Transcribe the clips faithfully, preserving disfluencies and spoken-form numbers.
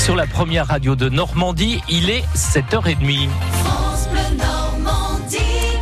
sur la première radio de Normandie. Il est sept heures trente. France Bleu Normandie.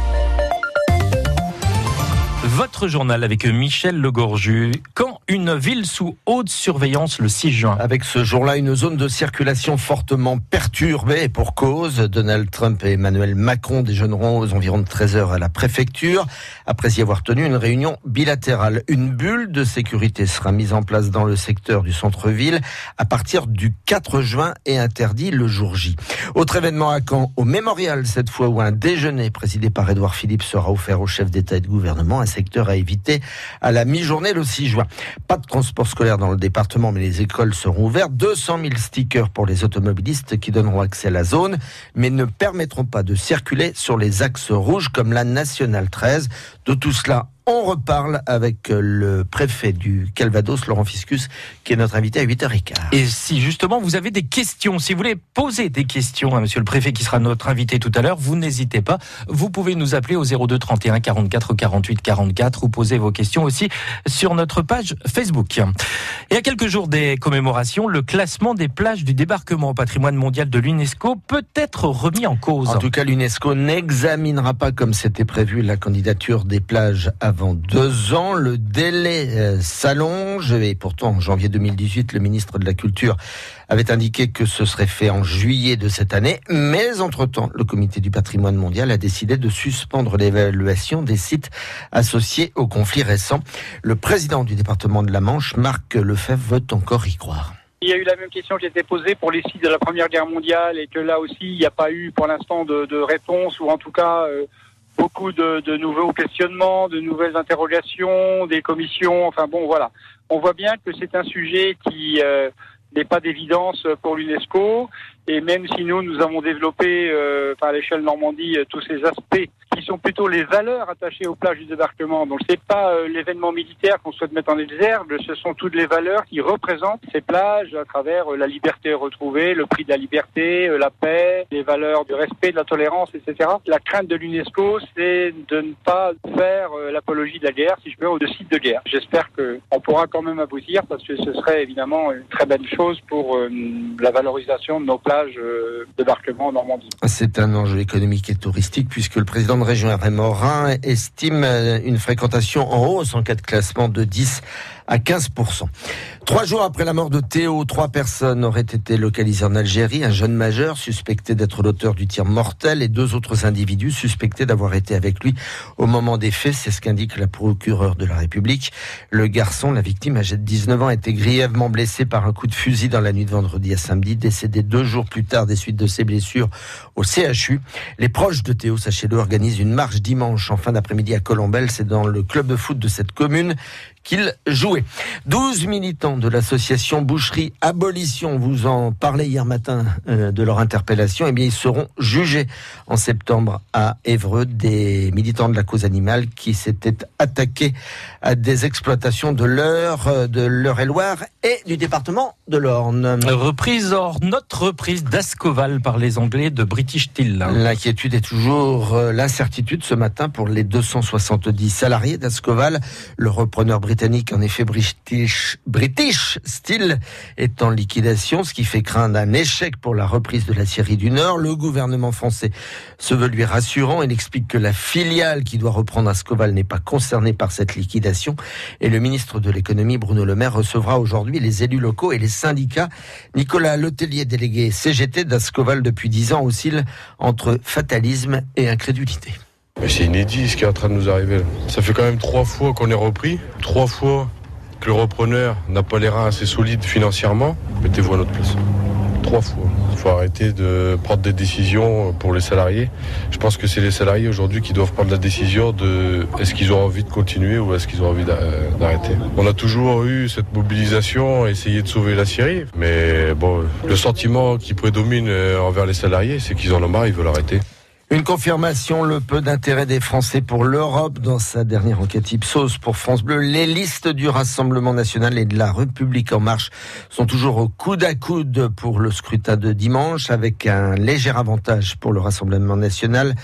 Votre journal avec Michel Legorju. Quand une ville sous haute surveillance le six juin. Avec ce jour-là, une zone de circulation fortement perturbée et pour cause. Donald Trump et Emmanuel Macron déjeuneront aux environs de treize heures à la préfecture. Après y avoir tenu une réunion bilatérale. Une bulle de sécurité sera mise en place dans le secteur du centre-ville à partir du quatre juin et interdit le jour J. Autre événement à Caen, au Mémorial cette fois, où un déjeuner présidé par Édouard Philippe sera offert au chef d'État et de gouvernement. Un secteur à éviter à la mi-journée le six juin. Pas de transport scolaire dans le département, mais les écoles seront ouvertes. deux cent mille stickers pour les automobilistes qui donneront accès à la zone, mais ne permettront pas de circuler sur les axes rouges comme la Nationale treize. De tout cela, on reparle avec le préfet du Calvados, Laurent Fiscus, qui est notre invité à huit heures quinze. Et si justement vous avez des questions, si vous voulez poser des questions à monsieur le préfet qui sera notre invité tout à l'heure, vous n'hésitez pas. Vous pouvez nous appeler au zéro deux trente et un quarante-quatre quarante-huit quarante-quatre ou poser vos questions aussi sur notre page Facebook. Et à quelques jours des commémorations, le classement des plages du débarquement au patrimoine mondial de l'UNESCO peut être remis en cause. En tout cas, l'UNESCO n'examinera pas, comme c'était prévu, la candidature des plages avant deux ans. Le délai euh, s'allonge et pourtant en janvier deux mille dix-huit, le ministre de la Culture avait indiqué que ce serait fait en juillet de cette année. Mais entre-temps, le comité du patrimoine mondial a décidé de suspendre l'évaluation des sites associés au conflit récent. Le président du département de la Manche, Marc Lefebvre, veut encore y croire. Il y a eu la même question qui a été posée pour les sites de la Première Guerre mondiale et que là aussi, il n'y a pas eu pour l'instant de, de réponse ou en tout cas... Euh, beaucoup de, de nouveaux questionnements, de nouvelles interrogations, des commissions, enfin bon voilà. On voit bien que c'est un sujet qui euh, n'est pas d'évidence pour l'UNESCO et même si nous, nous avons développé euh, enfin, à l'échelle Normandie euh, tous ces aspects qui sont plutôt les valeurs attachées aux plages du débarquement. Donc c'est pas euh, l'événement militaire qu'on souhaite mettre en exergue, ce sont toutes les valeurs qui représentent ces plages à travers euh, la liberté retrouvée, le prix de la liberté, euh, la paix, les valeurs du respect, de la tolérance, et cetera. La crainte de l'UNESCO, c'est de ne pas faire euh, l'apologie de la guerre, si je peux, ou de sites de guerre. J'espère qu'on pourra quand même aboutir parce que ce serait évidemment une très belle chose pour euh, la valorisation de nos plages euh, débarquement en Normandie. C'est un enjeu économique et touristique puisque le président de région Hervé Morin estime une fréquentation en hausse en cas de classement de dix à quinze pour cent. Trois jours après la mort de Théo, trois personnes auraient été localisées en Algérie. Un jeune majeur suspecté d'être l'auteur du tir mortel et deux autres individus suspectés d'avoir été avec lui au moment des faits. C'est ce qu'indique la procureure de la République. Le garçon, la victime âgée de dix-neuf ans, a été grièvement blessé par un coup de fusil dans la nuit de vendredi à samedi, décédé deux jours plus tard des suites de ses blessures au C H U. Les proches de Théo, sachez-le, organisent une marche dimanche en fin d'après-midi à Colombelles. C'est dans le club de foot de cette commune qu'il jouait. douze militants de l'association Boucherie Abolition, vous en parlez hier matin euh, de leur interpellation, eh bien ils seront jugés en septembre à Évreux, des militants de la cause animale qui s'étaient attaqués à des exploitations de l'Eure, de l'Eure-et-Loire et du département de l'Orne. Reprise hors notre reprise d'Ascoval par les Anglais de British Steel. L'inquiétude est toujours euh, l'incertitude ce matin pour les deux cent soixante-dix salariés d'Ascoval. Le repreneur britannique, en effet, British, British Steel, est en liquidation, ce qui fait craindre un échec pour la reprise de l'aciérie du Nord. Le gouvernement français se veut lui rassurant. Il explique que la filiale qui doit reprendre Ascoval n'est pas concernée par cette liquidation. Et le ministre de l'économie, Bruno Le Maire, recevra aujourd'hui les élus locaux et les syndicats. Nicolas Letellier, délégué C G T d'Ascoval depuis dix ans, oscille entre fatalisme et incrédulité. Mais c'est inédit ce qui est en train de nous arriver là. Ça fait quand même trois fois qu'on est repris, trois fois que le repreneur n'a pas les reins assez solides financièrement. Mettez-vous à notre place. Trois fois. Il faut arrêter de prendre des décisions pour les salariés. Je pense que c'est les salariés aujourd'hui qui doivent prendre la décision de est-ce qu'ils ont envie de continuer ou est-ce qu'ils ont envie d'arrêter. On a toujours eu cette mobilisation, essayer de sauver l'aciérie. Mais bon, le sentiment qui prédomine envers les salariés, c'est qu'ils en ont marre, ils veulent arrêter. Une confirmation, le peu d'intérêt des Français pour l'Europe. Dans sa dernière enquête Ipsos pour France Bleu, les listes du Rassemblement National et de la République En Marche sont toujours au coude à coude pour le scrutin de dimanche, avec un léger avantage pour le Rassemblement National.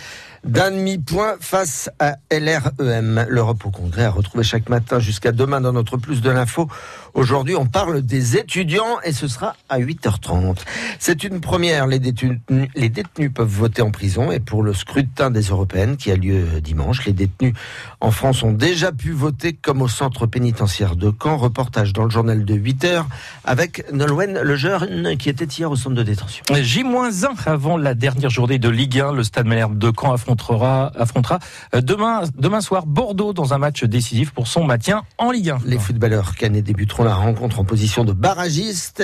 d'un demi-point face à L R E M. L'Europe au Congrès a retrouvé chaque matin jusqu'à demain dans notre Plus de l'info. Aujourd'hui, on parle des étudiants et ce sera à huit heures trente. C'est une première. Les détenus, les détenus peuvent voter en prison et pour le scrutin des européennes qui a lieu dimanche, les détenus en France ont déjà pu voter comme au centre pénitentiaire de Caen. Reportage dans le journal de huit heures avec Nolwenn Lejeune qui était hier au centre de détention. J moins un avant la dernière journée de Ligue un. Le Stade Malherbe de Caen affrontera, affrontera demain, demain soir Bordeaux dans un match décisif pour son maintien en Ligue un. Les footballeurs caennais débuteront la rencontre en position de barragiste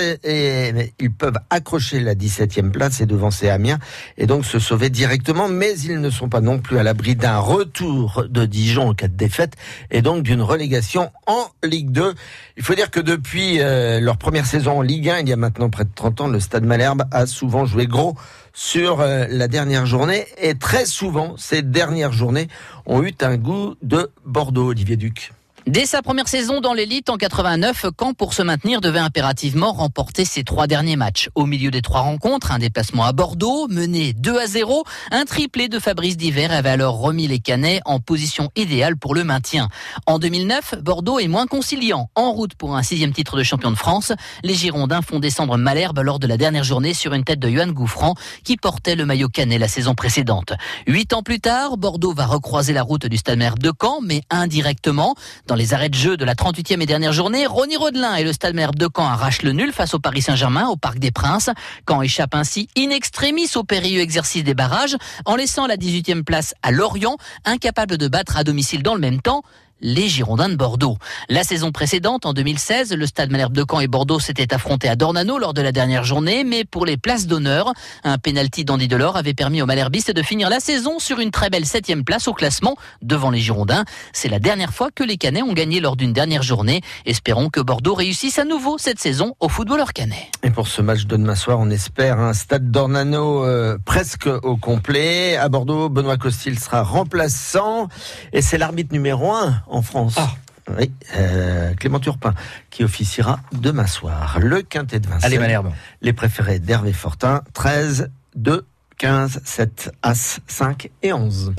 et ils peuvent accrocher la dix-septième place et devancer Amiens et donc se sauver directement, mais ils ne sont pas non plus à l'abri d'un retour de Dijon en cas de défaite et donc d'une relégation en Ligue deux. Il faut dire que depuis euh, leur première saison en Ligue un, il y a maintenant près de trente ans, le Stade Malherbe a souvent joué gros sur euh, la dernière journée et très souvent, ces dernières journées ont eu un goût de Bordeaux, Olivier Duc. Dès sa première saison dans l'élite en quatre-vingt-neuf, Caen, pour se maintenir, devait impérativement remporter ses trois derniers matchs. Au milieu des trois rencontres, un déplacement à Bordeaux, mené deux à zéro. Un triplé de Fabrice Divert avait alors remis les Canets en position idéale pour le maintien. En deux mille neuf, Bordeaux est moins conciliant. En route pour un sixième titre de champion de France, les Girondins font descendre Malherbe lors de la dernière journée sur une tête de Yoann Gouffran qui portait le maillot canet la saison précédente. Huit ans plus tard, Bordeaux va recroiser la route du Stade Malherbe de Caen, mais indirectement. Dans les arrêts de jeu de la trente-huitième et dernière journée, Ronny Rodelin et le Stade Malherbe de Caen arrachent le nul face au Paris Saint-Germain au Parc des Princes. Caen échappe ainsi in extremis au périlleux exercice des barrages en laissant la dix-huitième place à Lorient, incapable de battre à domicile dans le même temps les Girondins de Bordeaux. La saison précédente, en deux mille seize, le Stade Malherbe de Caen et Bordeaux s'étaient affrontés à Dornano lors de la dernière journée, mais pour les places d'honneur, un pénalty d'Andy Delors avait permis aux Malherbistes de finir la saison sur une très belle septième place au classement devant les Girondins. C'est la dernière fois que les Canets ont gagné lors d'une dernière journée. Espérons que Bordeaux réussisse à nouveau cette saison au footballeur canet. Et pour ce match de demain soir, on espère un Stade Dornano euh, presque au complet. À Bordeaux, Benoît Costil sera remplaçant et c'est l'arbitre numéro un en France. Ah. Oui, euh, Clément Turpin qui officiera demain soir. Le quintet de Vincennes. Allez Malherbe. Les préférés d'Hervé Fortin, treize, deux, quinze, sept, As, cinq et onze.